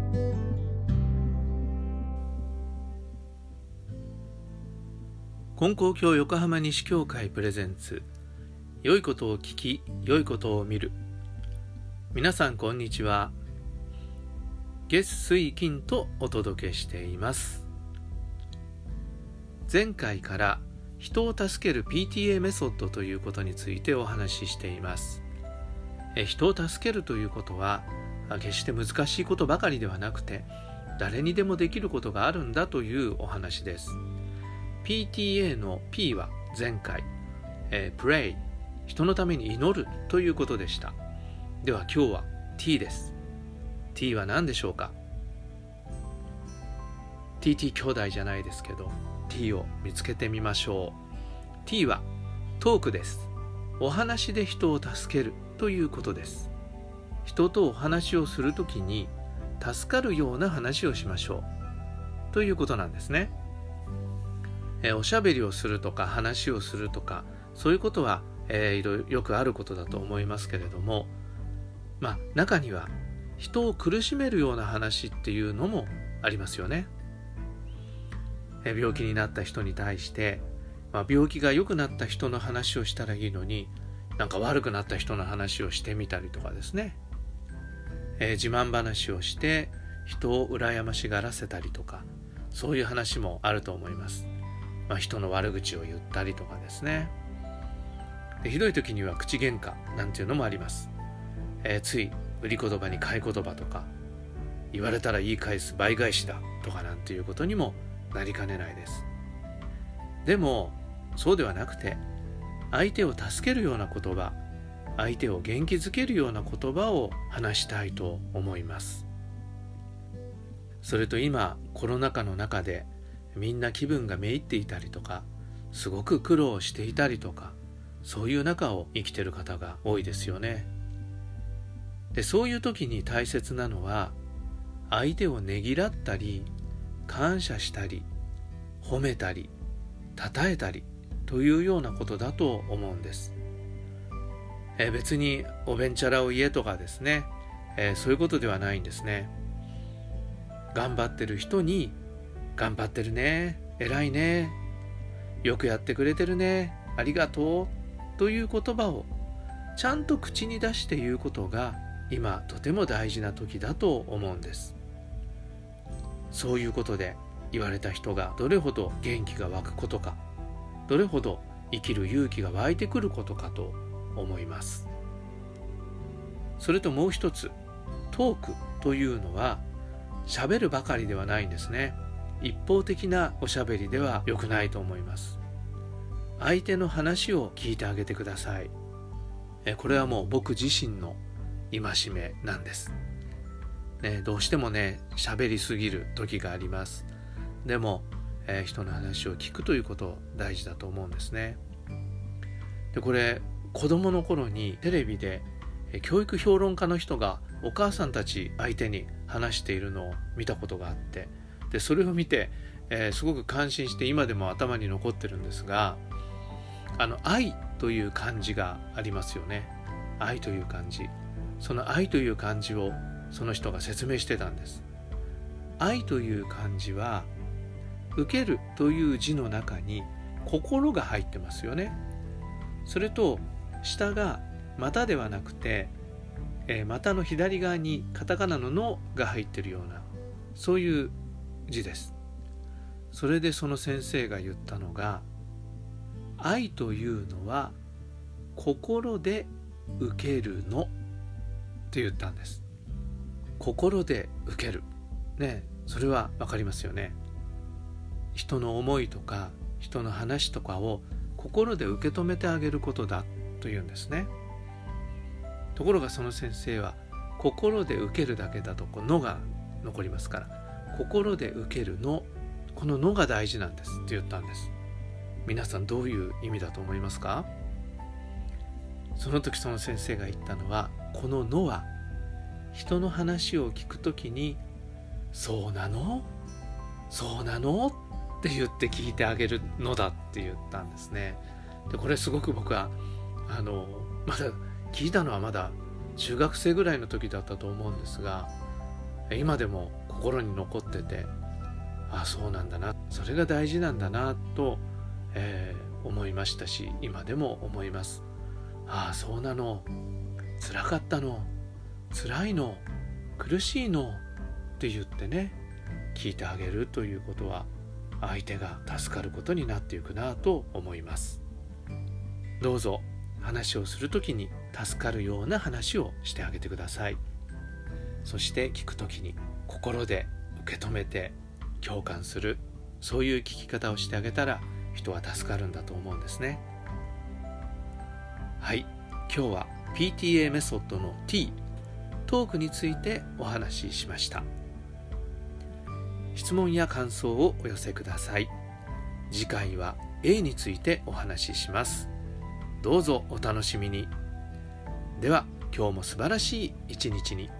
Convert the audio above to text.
金光教横浜西教会プレゼンツ、良いことを聞き、良いことを見る。皆さんこんにちは。月水金とお届けしています。前回から人を助ける PTA メソッドということについてお話ししています。人を助けるということは決して難しいことばかりではなくて、誰にでもできることがあるんだというお話です。PTA の P は前回、Pray、人のために祈るということでした。では今日は T です。T は何でしょうか？ TT 兄弟じゃないですけど、T を見つけてみましょう。T はトークです。お話で人を助けるということです。人とお話をするときに助かるような話をしましょうということなんですね。おしゃべりをするとか話をするとか、そういうことは、よくあることだと思いますけれども、中には人を苦しめるような話っていうのもありますよね。病気になった人に対して、病気が良くなった人の話をしたらいいのに、なんか悪くなった人の話をしてみたりとかですね、自慢話をして人を羨ましがらせたりとか、そういう話もあると思います。人の悪口を言ったりとかですね。ひどい時には口喧嘩なんていうのもあります。つい売り言葉に買い言葉とか、言われたら言い返す倍返しだとかなんていうことにもなりかねないです。でもそうではなくて、相手を助けるような言葉、相手を元気づけるような言葉を話したいと思います。それと今コロナ禍の中でみんな気分がめいっていたりとか、すごく苦労していたりとか、そういう中を生きている方が多いですよね。で、そういう時に大切なのは、相手をねぎらったり感謝したり褒めたり称えたりというようなことだと思うんです。別におべんちゃらを言えとかですね、そういうことではないんですね。頑張ってる人に頑張ってるね、偉いね、よくやってくれてるね、ありがとうという言葉をちゃんと口に出して言うことが今とても大事な時だと思うんです。そういうことで言われた人がどれほど元気が湧くことか、どれほど生きる勇気が湧いてくることかと思います。それともう一つ、トークというのは喋るばかりではないんですね。一方的なおしゃべりでは良くないと思います。相手の話を聞いてあげてください。これはもう僕自身の戒めなんです。どうしても喋りすぎる時があります。でも、人の話を聞くということ大事だと思うんですね。で、これ子供の頃にテレビで教育評論家の人がお母さんたち相手に話しているのを見たことがあって、でそれを見て、すごく感心して今でも頭に残ってるんですが、愛という漢字がありますよね。愛という漢字、その愛という漢字をその人が説明してたんです。愛という漢字は受けるという字の中に心が入ってますよね。それと下がまたではなくて、またの左側にカタカナののが入ってるような、そういう字です。それでその先生が言ったのが、愛というのは心で受けるのって言ったんです。心で受けるそれは分かりますよね。人の思いとか人の話とかを心で受け止めてあげることだというんですね。ところがその先生は心で受けるだけだとのが残りますから、心で受けるの、こののが大事なんですって言ったんです。皆さんどういう意味だと思いますか？その時その先生が言ったのは、こののは人の話を聞くときにそうなのそうなのって言って聞いてあげるのだって言ったんですね。でこれすごく僕はまだ聞いたのはまだ中学生ぐらいの時だったと思うんですが、 今でも心に残ってて、そうなんだな、それが大事なんだなと、思いましたし、今でも思います。そうなの、辛かったの、辛いの、苦しいのって言ってね、聞いてあげるということは相手が助かることになっていくなと思います。どうぞ話をするときに助かるような話をしてあげてください。そして聞くときに心で受け止めて共感する、そういう聞き方をしてあげたら人は助かるんだと思うんですね。はい、今日は PTA メソッドの T、 トークについてお話ししました。質問や感想をお寄せください。次回は A についてお話しします。どうぞお楽しみに。では今日も素晴らしい一日に。